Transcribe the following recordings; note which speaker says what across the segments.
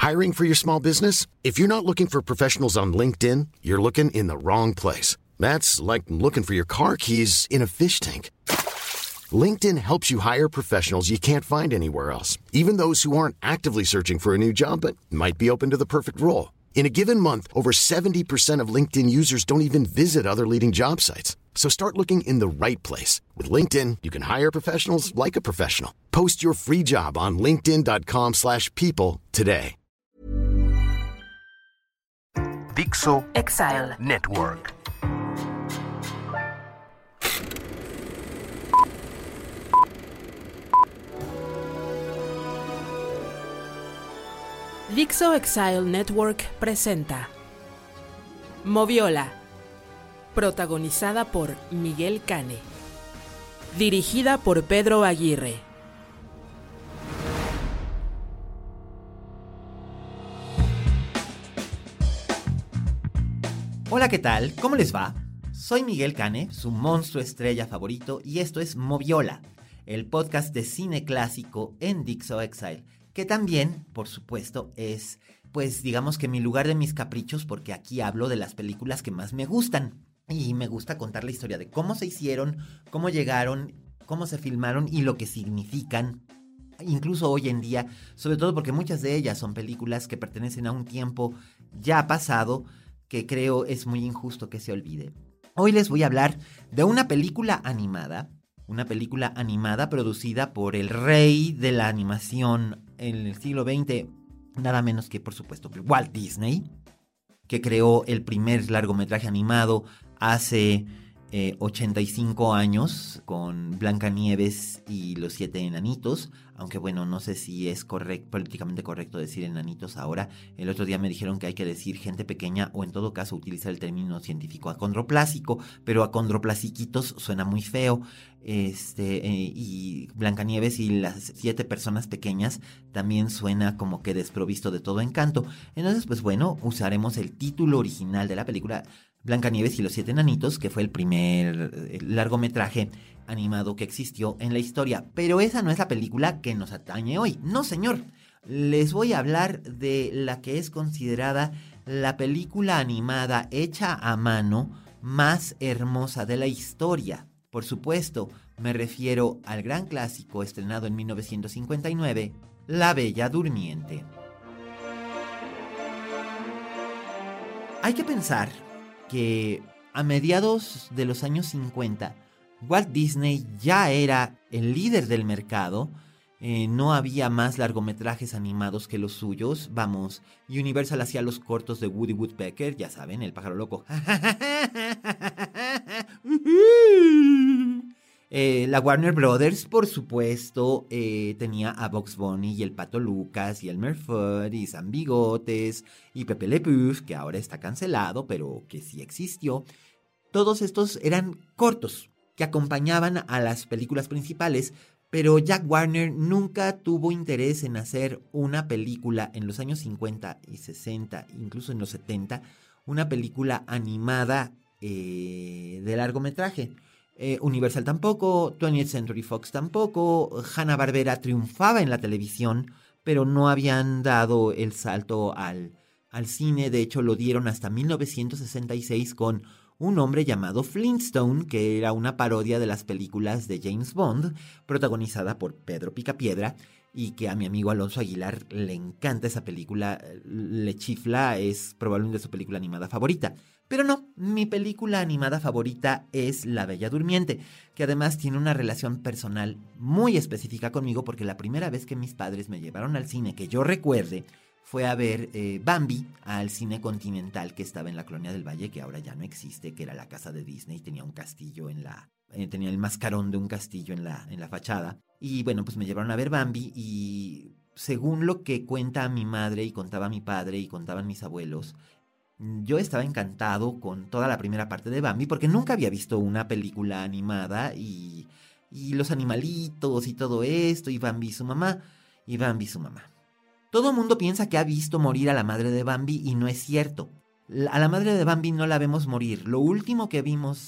Speaker 1: Hiring for your small business? If you're not looking for professionals on LinkedIn, you're looking in the wrong place. That's like looking for your car keys in a fish tank. LinkedIn helps you hire professionals you can't find anywhere else, even those who aren't actively searching for a new job but might be open to the perfect role. In a given month, over 70% of LinkedIn users don't even visit other leading job sites. So start looking in the right place. With LinkedIn, you can hire professionals like a professional. Post your free job on linkedin.com/people today.
Speaker 2: Dixo
Speaker 3: Exile
Speaker 2: Network.
Speaker 3: Dixo Exile Network presenta Moviola, protagonizada por Miguel Cane, dirigida por Pedro Aguirre.
Speaker 4: Hola, ¿qué tal? ¿Cómo les va? Soy Miguel Cane, su monstruo estrella favorito, y esto es Moviola, el podcast de cine clásico en Dixo Exile, que también, por supuesto, es, pues digamos que mi lugar de mis caprichos, porque aquí hablo de las películas que más me gustan. Y me gusta contar la historia de cómo se hicieron, cómo llegaron, cómo se filmaron y lo que significan, incluso hoy en día, sobre todo porque muchas de ellas son películas que pertenecen a un tiempo ya pasado, que creo es muy injusto que se olvide. Hoy les voy a hablar de una película animada producida por el rey de la animación en el siglo XX, nada menos que, por supuesto, Walt Disney, que creó el primer largometraje animado hace 85 años con Blancanieves y los 7 enanitos, aunque bueno, no sé si es políticamente correcto decir enanitos ahora. El otro día me dijeron que hay que decir gente pequeña o en todo caso utilizar el término científico acondroplásico, pero acondroplasiquitos suena muy feo. Y Blancanieves y las 7 personas pequeñas también suena como que desprovisto de todo encanto. Entonces, pues bueno, usaremos el título original de la película, Blancanieves y los 7 enanitos, que fue el primer largometraje animado que existió en la historia. Pero esa no es la película que nos atañe hoy. No, señor. Les voy a hablar de la que es considerada la película animada hecha a mano más hermosa de la historia. Por supuesto, me refiero al gran clásico estrenado en 1959, La Bella Durmiente. Hay que pensar que a mediados de los años 50, Walt Disney ya era el líder del mercado. No había más largometrajes animados que los suyos. Vamos, Universal hacía los cortos de Woody Woodpecker, ya saben, el pájaro loco. La Warner Brothers, por supuesto, tenía a Bugs Bunny y el Pato Lucas y Elmer Fudd y Sam Bigotes y Pepe Le Pew, que ahora está cancelado, pero que sí existió. Todos estos eran cortos que acompañaban a las películas principales, pero Jack Warner nunca tuvo interés en hacer una película en los años 50 y 60, incluso en los 70, una película animada de largometraje. Universal tampoco, 20th Century Fox tampoco, Hanna-Barbera triunfaba en la televisión, pero no habían dado el salto al cine. De hecho, lo dieron hasta 1966 con Un hombre llamado Flintstone, que era una parodia de las películas de James Bond, protagonizada por Pedro Picapiedra, y que a mi amigo Alonso Aguilar le encanta esa película, le chifla, es probablemente su película animada favorita. Pero no, mi película animada favorita es La Bella Durmiente, que además tiene una relación personal muy específica conmigo, porque la primera vez que mis padres me llevaron al cine, que yo recuerde, fue a ver Bambi al cine Continental, que estaba en la Colonia del Valle, que ahora ya no existe, que era la casa de Disney, tenía un castillo tenía el mascarón de un castillo en la fachada. Y bueno, pues me llevaron a ver Bambi, y según lo que cuenta mi madre y contaba mi padre y contaban mis abuelos, yo estaba encantado con toda la primera parte de Bambi, porque nunca había visto una película animada, y los animalitos y todo esto, y Bambi y su mamá. Todo el mundo piensa que ha visto morir a la madre de Bambi, y no es cierto. A la madre de Bambi no la vemos morir. Lo último que vimos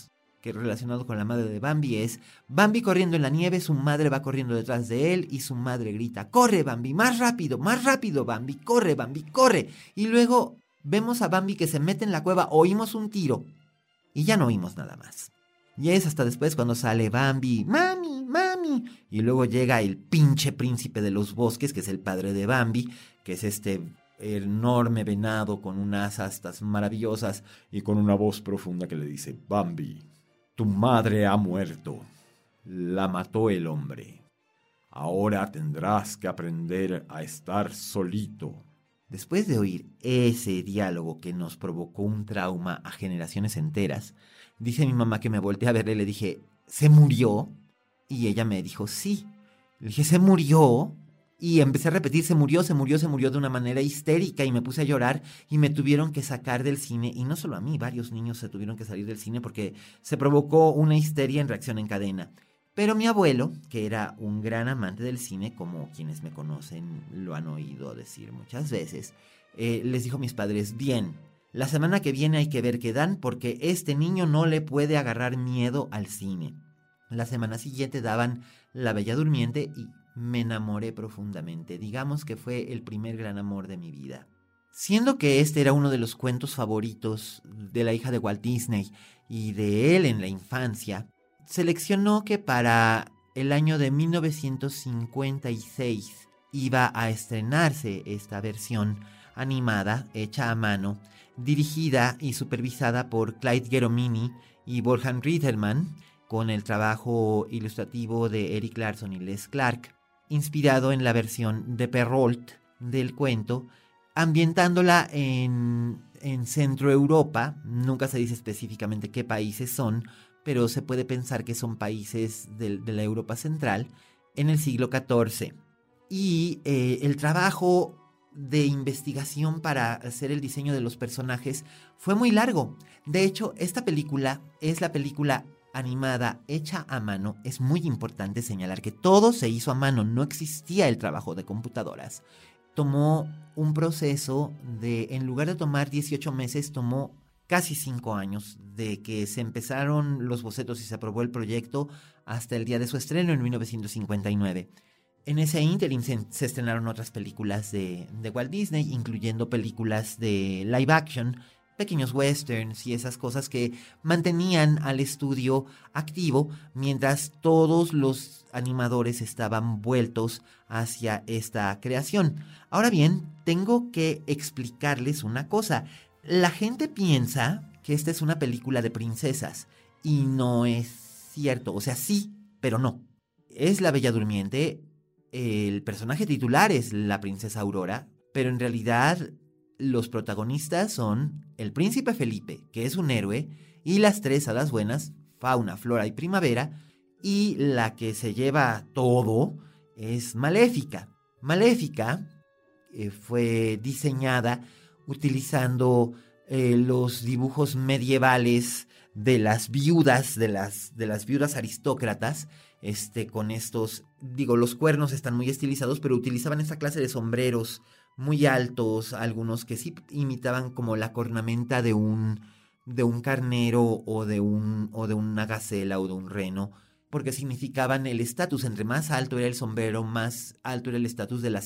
Speaker 4: que relacionado con la madre de Bambi es Bambi corriendo en la nieve, su madre va corriendo detrás de él y su madre grita, ¡corre, Bambi! ¡Más rápido, Bambi! ¡Corre, Bambi, corre! Y luego vemos a Bambi que se mete en la cueva, oímos un tiro y ya no oímos nada más. Y es hasta después cuando sale Bambi, ¡mami, mami! Y luego llega el pinche príncipe de los bosques, que es el padre de Bambi, que es este enorme venado con unas astas maravillosas y con una voz profunda que le dice, Bambi, tu madre ha muerto, la mató el hombre. Ahora tendrás que aprender a estar solito. Después de oír ese diálogo que nos provocó un trauma a generaciones enteras, dice mi mamá que me volteé a verle y le dije, ¿se murió? Y ella me dijo, sí. Le dije, ¿se murió? Y empecé a repetir, se murió de una manera histérica y me puse a llorar y me tuvieron que sacar del cine. Y no solo a mí, varios niños se tuvieron que salir del cine porque se provocó una histeria en reacción en cadena. Pero mi abuelo, que era un gran amante del cine, como quienes me conocen lo han oído decir muchas veces, les dijo a mis padres, bien, la semana que viene hay que ver qué dan porque este niño no le puede agarrar miedo al cine. La semana siguiente daban La Bella Durmiente y me enamoré profundamente. Digamos que fue el primer gran amor de mi vida. Siendo que este era uno de los cuentos favoritos de la hija de Walt Disney y de él en la infancia, seleccionó que para el año de 1956 iba a estrenarse esta versión animada, hecha a mano, dirigida y supervisada por Clyde Geromini y Wolfgang Rittermann, con el trabajo ilustrativo de Eric Larson y Les Clark, inspirado en la versión de Perrault del cuento, ambientándola en Centro Europa. Nunca se dice específicamente qué países son, pero se puede pensar que son países de la Europa Central en el siglo XIV. Y el trabajo de investigación para hacer el diseño de los personajes fue muy largo. De hecho, esta película es la película animada hecha a mano. Es muy importante señalar que todo se hizo a mano, no existía el trabajo de computadoras. Tomó un proceso de, en lugar de tomar 18 meses, tomó casi 5 años, de que se empezaron los bocetos y se aprobó el proyecto hasta el día de su estreno en 1959. En ese ínterin se estrenaron otras películas de Walt Disney, incluyendo películas de live action, pequeños westerns y esas cosas que mantenían al estudio activo mientras todos los animadores estaban vueltos hacia esta creación. Ahora bien, tengo que explicarles una cosa. La gente piensa que esta es una película de princesas y no es cierto. O sea, sí, pero no. Es La Bella Durmiente, el personaje titular es la princesa Aurora, pero en realidad los protagonistas son el príncipe Felipe, que es un héroe, y las 3 hadas buenas, Fauna, Flora y Primavera, y la que se lleva todo es Maléfica. Maléfica fue diseñada utilizando los dibujos medievales de las viudas, de las viudas aristócratas, con estos, los cuernos están muy estilizados, pero utilizaban esta clase de sombreros muy altos, algunos que sí imitaban como la cornamenta de un carnero o de una gacela o de un reno, porque significaban el estatus. Entre más alto era el sombrero, más alto era el estatus de la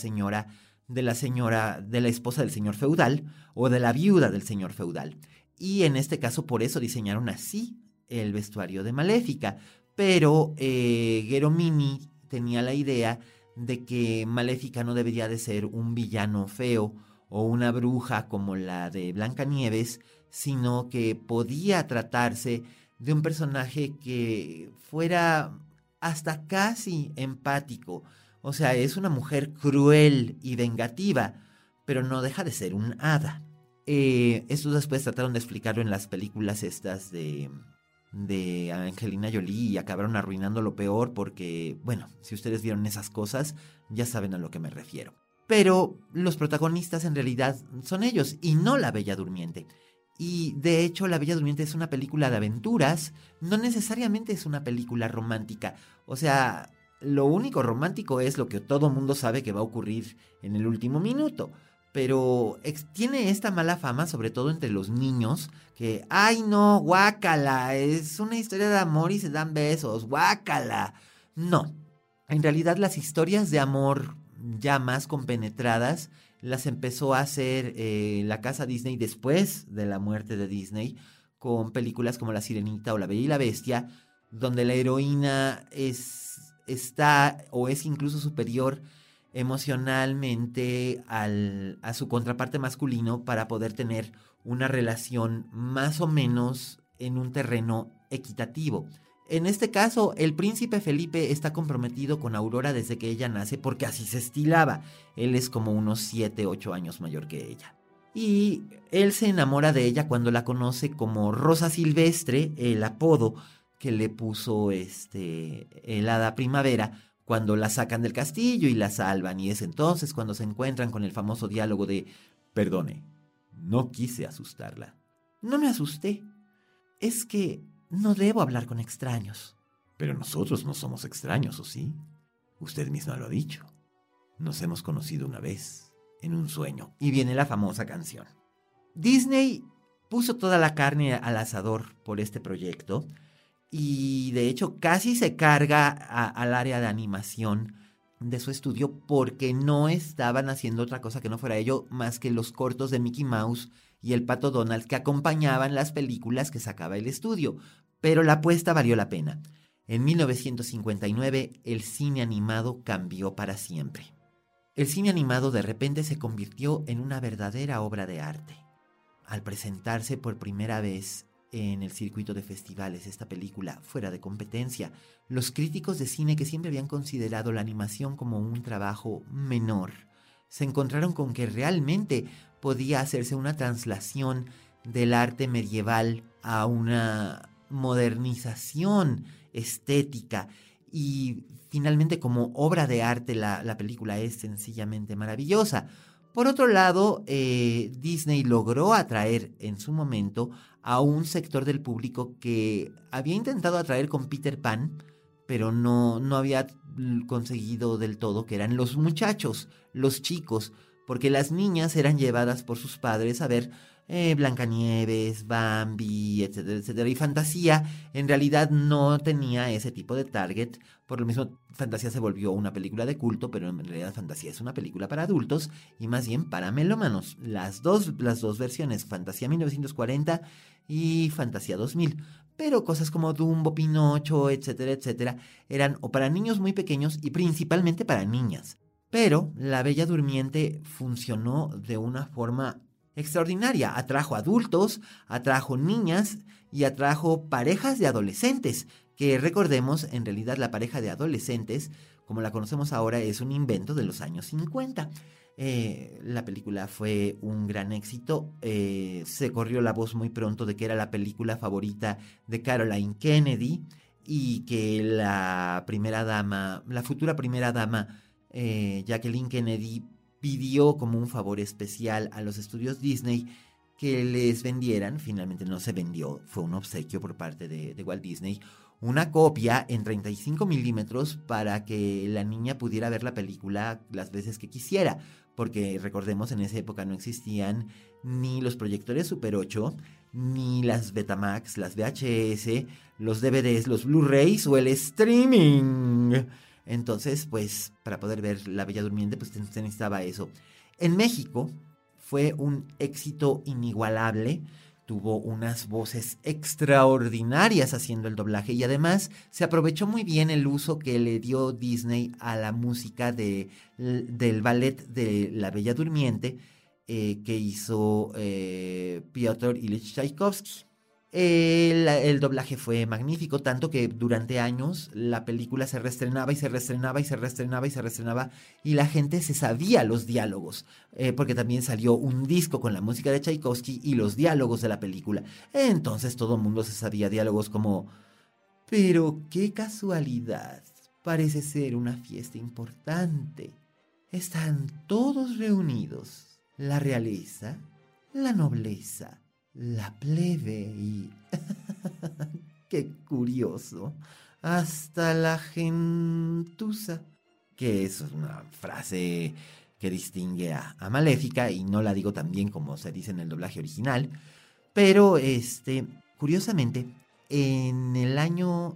Speaker 4: esposa del señor feudal o de la viuda del señor feudal. Y en este caso por eso diseñaron así el vestuario de Maléfica. Pero Geromini tenía la idea de que Maléfica no debería de ser un villano feo o una bruja como la de Blancanieves, sino que podía tratarse de un personaje que fuera hasta casi empático. O sea, es una mujer cruel y vengativa, pero no deja de ser un hada. Esto después trataron de explicarlo en las películas estas de Angelina Jolie y acabaron arruinando lo peor porque, bueno, si ustedes vieron esas cosas, ya saben a lo que me refiero. Pero los protagonistas en realidad son ellos y no La Bella Durmiente. Y de hecho La Bella Durmiente es una película de aventuras, no necesariamente es una película romántica. O sea, lo único romántico es lo que todo mundo sabe que va a ocurrir en el último minuto. pero tiene esta mala fama, sobre todo entre los niños, que, ¡ay no, guácala! Es una historia de amor y se dan besos, guácala. No, en realidad las historias de amor ya más compenetradas las empezó a hacer la casa Disney después de la muerte de Disney, con películas como La Sirenita o La Bella y la Bestia, donde la heroína está o es incluso superior emocionalmente a su contraparte masculino para poder tener una relación más o menos en un terreno equitativo. En este caso, el príncipe Felipe está comprometido con Aurora desde que ella nace porque así se estilaba. Él es como unos 7, 8 años mayor que ella. Y él se enamora de ella cuando la conoce como Rosa Silvestre, el apodo que le puso el Hada Primavera, cuando la sacan del castillo y la salvan. Y es entonces cuando se encuentran con el famoso diálogo de: perdone, no quise asustarla. No me asusté. Es que no debo hablar con extraños. Pero nosotros no somos extraños, ¿o sí? Usted misma lo ha dicho. Nos hemos conocido una vez, en un sueño. Y viene la famosa canción. Disney puso toda la carne al asador por este proyecto. Y de hecho casi se carga al área de animación de su estudio porque no estaban haciendo otra cosa que no fuera ello más que los cortos de Mickey Mouse y el Pato Donald que acompañaban las películas que sacaba el estudio. Pero la apuesta valió la pena. En 1959 el cine animado cambió para siempre. El cine animado de repente se convirtió en una verdadera obra de arte. Al presentarse por primera vez en el circuito de festivales esta película fuera de competencia, los críticos de cine que siempre habían considerado la animación como un trabajo menor, se encontraron con que realmente podía hacerse una translación del arte medieval a una modernización estética y finalmente como obra de arte la película es sencillamente maravillosa. Por otro lado, Disney logró atraer en su momento a un sector del público que había intentado atraer con Peter Pan, pero no había conseguido del todo, que eran los muchachos, los chicos, porque las niñas eran llevadas por sus padres a ver Blancanieves, Bambi, etcétera, etcétera. Y Fantasía en realidad no tenía ese tipo de target. Por lo mismo, Fantasía se volvió una película de culto, pero en realidad Fantasía es una película para adultos y más bien para melómanos. Las dos versiones, Fantasía 1940 y Fantasía 2000. Pero cosas como Dumbo, Pinocho, etcétera, etcétera, eran o para niños muy pequeños y principalmente para niñas. Pero La Bella Durmiente funcionó de una forma extraordinaria. Atrajo adultos, atrajo niñas y atrajo parejas de adolescentes, que recordemos, en realidad la pareja de adolescentes, como la conocemos ahora, es un invento de los años 50. La película fue un gran éxito. Se corrió la voz muy pronto de que era la película favorita de Caroline Kennedy y que la futura primera dama, Jacqueline Kennedy, pidió como un favor especial a los estudios Disney que les vendieran, finalmente no se vendió, fue un obsequio por parte de Walt Disney, una copia en 35 milímetros para que la niña pudiera ver la película las veces que quisiera, porque recordemos en esa época no existían ni los proyectores Super 8, ni las Betamax, las VHS, los DVDs, los Blu-rays o el streaming. Entonces, pues, para poder ver La Bella Durmiente, pues se necesitaba eso. En México fue un éxito inigualable. Tuvo unas voces extraordinarias haciendo el doblaje y además se aprovechó muy bien el uso que le dio Disney a la música del ballet de La Bella Durmiente que hizo Piotr Ilich Tchaikovsky. El doblaje fue magnífico, tanto que durante años la película se reestrenaba y se reestrenaba y se reestrenaba y se reestrenaba y la gente se sabía los diálogos, porque también salió un disco con la música de Tchaikovsky y los diálogos de la película. Entonces todo el mundo se sabía diálogos como: pero qué casualidad, parece ser una fiesta importante. Están todos reunidos, la realeza, la nobleza, la plebe y... ¡Qué curioso! Hasta la gentuza. Que es una frase que distingue a Maléfica, y no la digo tan bien como se dice en el doblaje original, pero curiosamente, en el año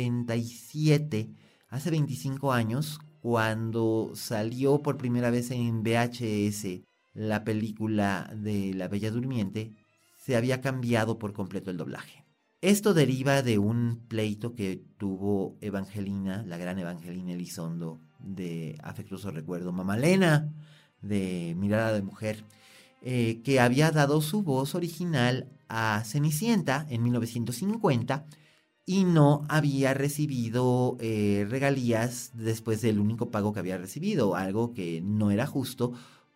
Speaker 4: 97, hace 25 años, cuando salió por primera vez en VHS la película de La Bella Durmiente, se había cambiado por completo el doblaje. Esto deriva de un pleito que tuvo Evangelina, la gran Evangelina Elizondo, de Afectuoso Recuerdo, Mamalena, de Mirada de Mujer, que había dado su voz original a Cenicienta en 1950 y no había recibido regalías después del único pago que había recibido, algo que no era justo,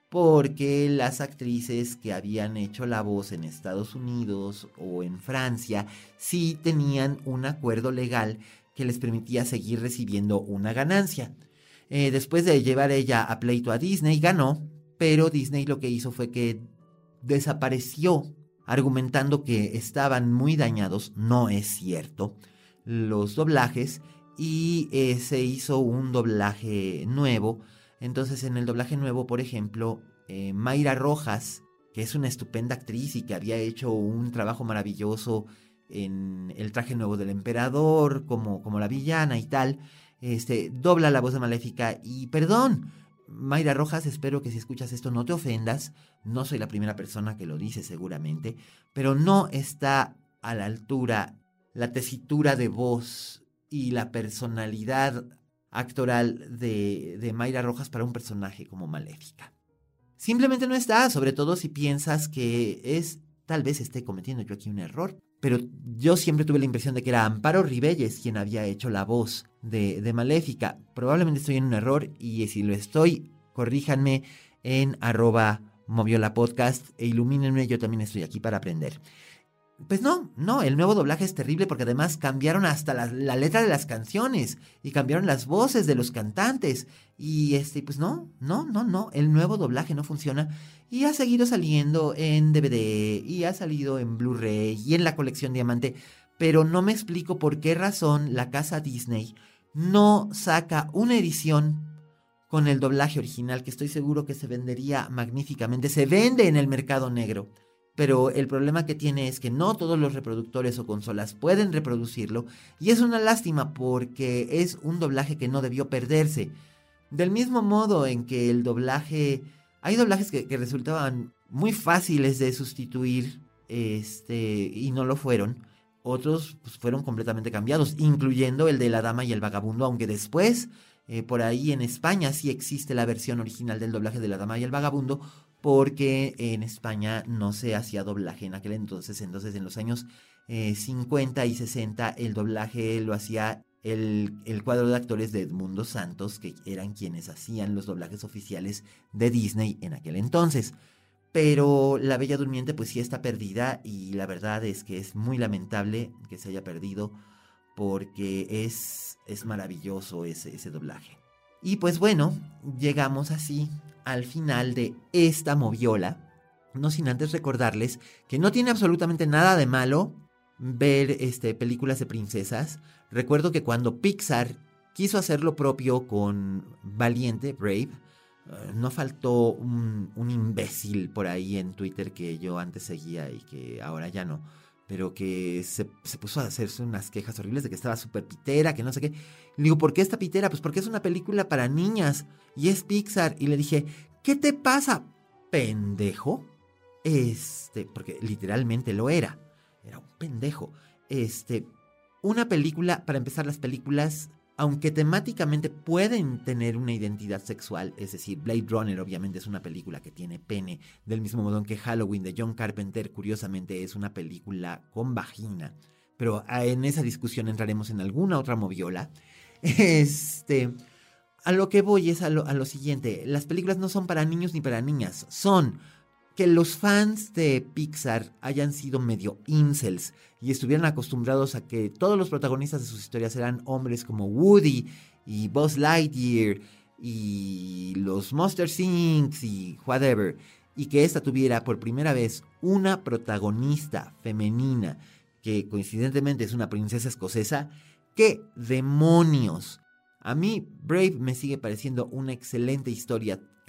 Speaker 4: porque las actrices que habían hecho la voz en Estados Unidos o en Francia sí tenían un acuerdo legal que les permitía seguir recibiendo una ganancia. Después de llevar ella a pleito a Disney, ganó, pero Disney lo que hizo fue que desapareció, argumentando que estaban muy dañados, no es cierto, los doblajes, y se hizo un doblaje nuevo. Entonces, en el doblaje nuevo, por ejemplo, Mayra Rojas, que es una estupenda actriz y que había hecho un trabajo maravilloso en El traje nuevo del emperador, como la villana y tal, dobla la voz de Maléfica. Y perdón, Mayra Rojas, espero que si escuchas esto no te ofendas, no soy la primera persona que lo dice seguramente, pero no está a la altura la tesitura de voz y la personalidad actoral de Mayra Rojas para un personaje como Maléfica. Simplemente no está, sobre todo si piensas que tal vez esté cometiendo yo aquí un error, pero yo siempre tuve la impresión de que era Amparo Ribelles quien había hecho la voz de Maléfica. Probablemente estoy en un error, y si lo estoy, corríjanme en @moviolapodcast e ilumínenme, yo también estoy aquí para aprender. Pues no, el nuevo doblaje es terrible porque además cambiaron hasta la letra de las canciones y cambiaron las voces de los cantantes y pues no, el nuevo doblaje no funciona y ha seguido saliendo en DVD y ha salido en Blu-ray y en la colección Diamante, pero no me explico por qué razón la casa Disney no saca una edición con el doblaje original, que estoy seguro que se vendería magníficamente, se vende en el mercado negro. Pero el problema que tiene es que no todos los reproductores o consolas pueden reproducirlo, y es una lástima porque es un doblaje que no debió perderse. Del mismo modo en que el doblaje... Hay doblajes que resultaban muy fáciles de sustituir y no lo fueron. Otros pues, fueron completamente cambiados, incluyendo el de La Dama y el Vagabundo, aunque después, por ahí en España sí existe la versión original del doblaje de La Dama y el Vagabundo, porque en España no se hacía doblaje en aquel entonces. Entonces en los años 50 y 60 el doblaje lo hacía el cuadro de actores de Edmundo Santos, que eran quienes hacían los doblajes oficiales de Disney en aquel entonces. Pero La Bella Durmiente pues sí está perdida, y la verdad es que es muy lamentable que se haya perdido porque es maravilloso ese doblaje. Y pues bueno, llegamos así al final de esta moviola, no sin antes recordarles que no tiene absolutamente nada de malo ver películas de princesas. Recuerdo que cuando Pixar quiso hacer lo propio con Valiente, Brave, no faltó un imbécil por ahí en Twitter que yo antes seguía y que ahora ya no, pero que se puso a hacerse unas quejas horribles de que estaba súper pitera, que no sé qué. Le digo, ¿por qué está pitera? Pues porque es una película para niñas y es Pixar. Y le dije, ¿qué te pasa, pendejo? Porque literalmente lo era un pendejo. Una película, para empezar, las películas, aunque temáticamente pueden tener una identidad sexual, es decir, Blade Runner obviamente es una película que tiene pene, del mismo modo en que Halloween de John Carpenter curiosamente es una película con vagina, pero en esa discusión entraremos en alguna otra moviola. A lo que voy es a lo siguiente: las películas no son para niños ni para niñas, son que los fans de Pixar hayan sido medio incels y estuvieran acostumbrados a que todos los protagonistas de sus historias eran hombres como Woody y Buzz Lightyear y los Monster Inc. y whatever, y que esta tuviera por primera vez una protagonista femenina que coincidentemente es una princesa escocesa. ¡Qué demonios! A mí Brave me sigue pareciendo una excelente historia.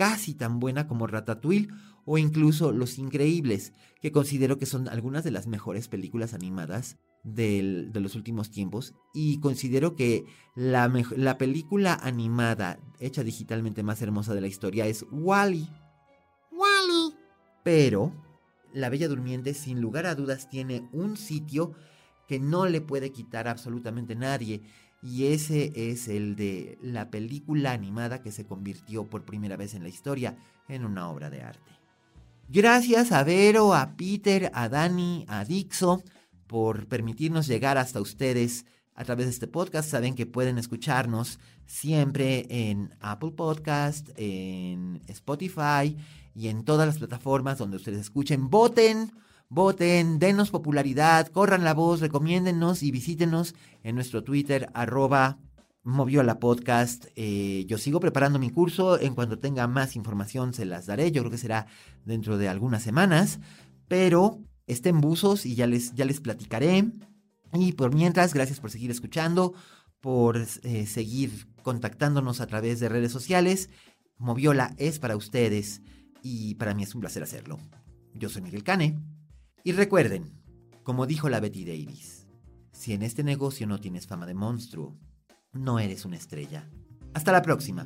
Speaker 4: casi tan buena como Ratatouille o incluso Los Increíbles, que considero que son algunas de las mejores películas animadas de los últimos tiempos, y considero que la película animada hecha digitalmente más hermosa de la historia es Wall-E. ¡Wall-E! Pero La Bella Durmiente sin lugar a dudas tiene un sitio que no le puede quitar absolutamente nadie, y ese es el de la película animada que se convirtió por primera vez en la historia en una obra de arte. Gracias a Vero, a Peter, a Dani, a Dixo por permitirnos llegar hasta ustedes a través de este podcast. Saben que pueden escucharnos siempre en Apple Podcast, en Spotify y en todas las plataformas donde ustedes escuchen. Voten, denos popularidad, corran la voz, recomiéndennos y visítenos en nuestro Twitter, @moviolapodcast. Yo sigo preparando mi curso. En cuanto tenga más información se las daré. Yo creo que será dentro de algunas semanas. Pero estén buzos y ya les platicaré. Y por mientras, gracias por seguir escuchando, por seguir contactándonos a través de redes sociales. Moviola es para ustedes y para mí es un placer hacerlo. Yo soy Miguel Cane. Y recuerden, como dijo la Betty Davis, si en este negocio no tienes fama de monstruo, no eres una estrella. Hasta la próxima.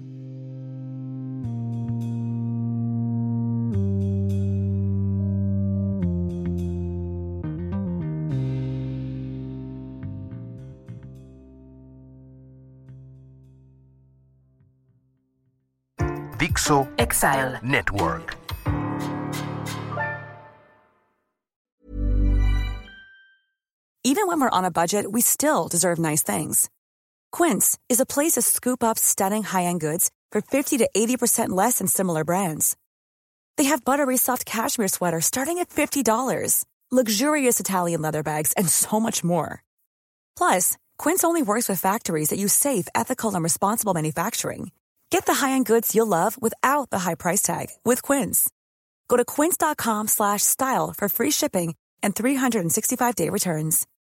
Speaker 2: Dixo
Speaker 3: Exile.
Speaker 2: Network.
Speaker 5: Even when we're on a budget, we still deserve nice things. Quince is a place to scoop up stunning high-end goods for 50 to 80% less than similar brands. They have buttery soft cashmere sweaters starting at $50, luxurious Italian leather bags, and so much more. Plus, Quince only works with factories that use safe, ethical, and responsible manufacturing. Get the high-end goods you'll love without the high price tag with Quince. Go to quince.com/style for free shipping and 365-day returns.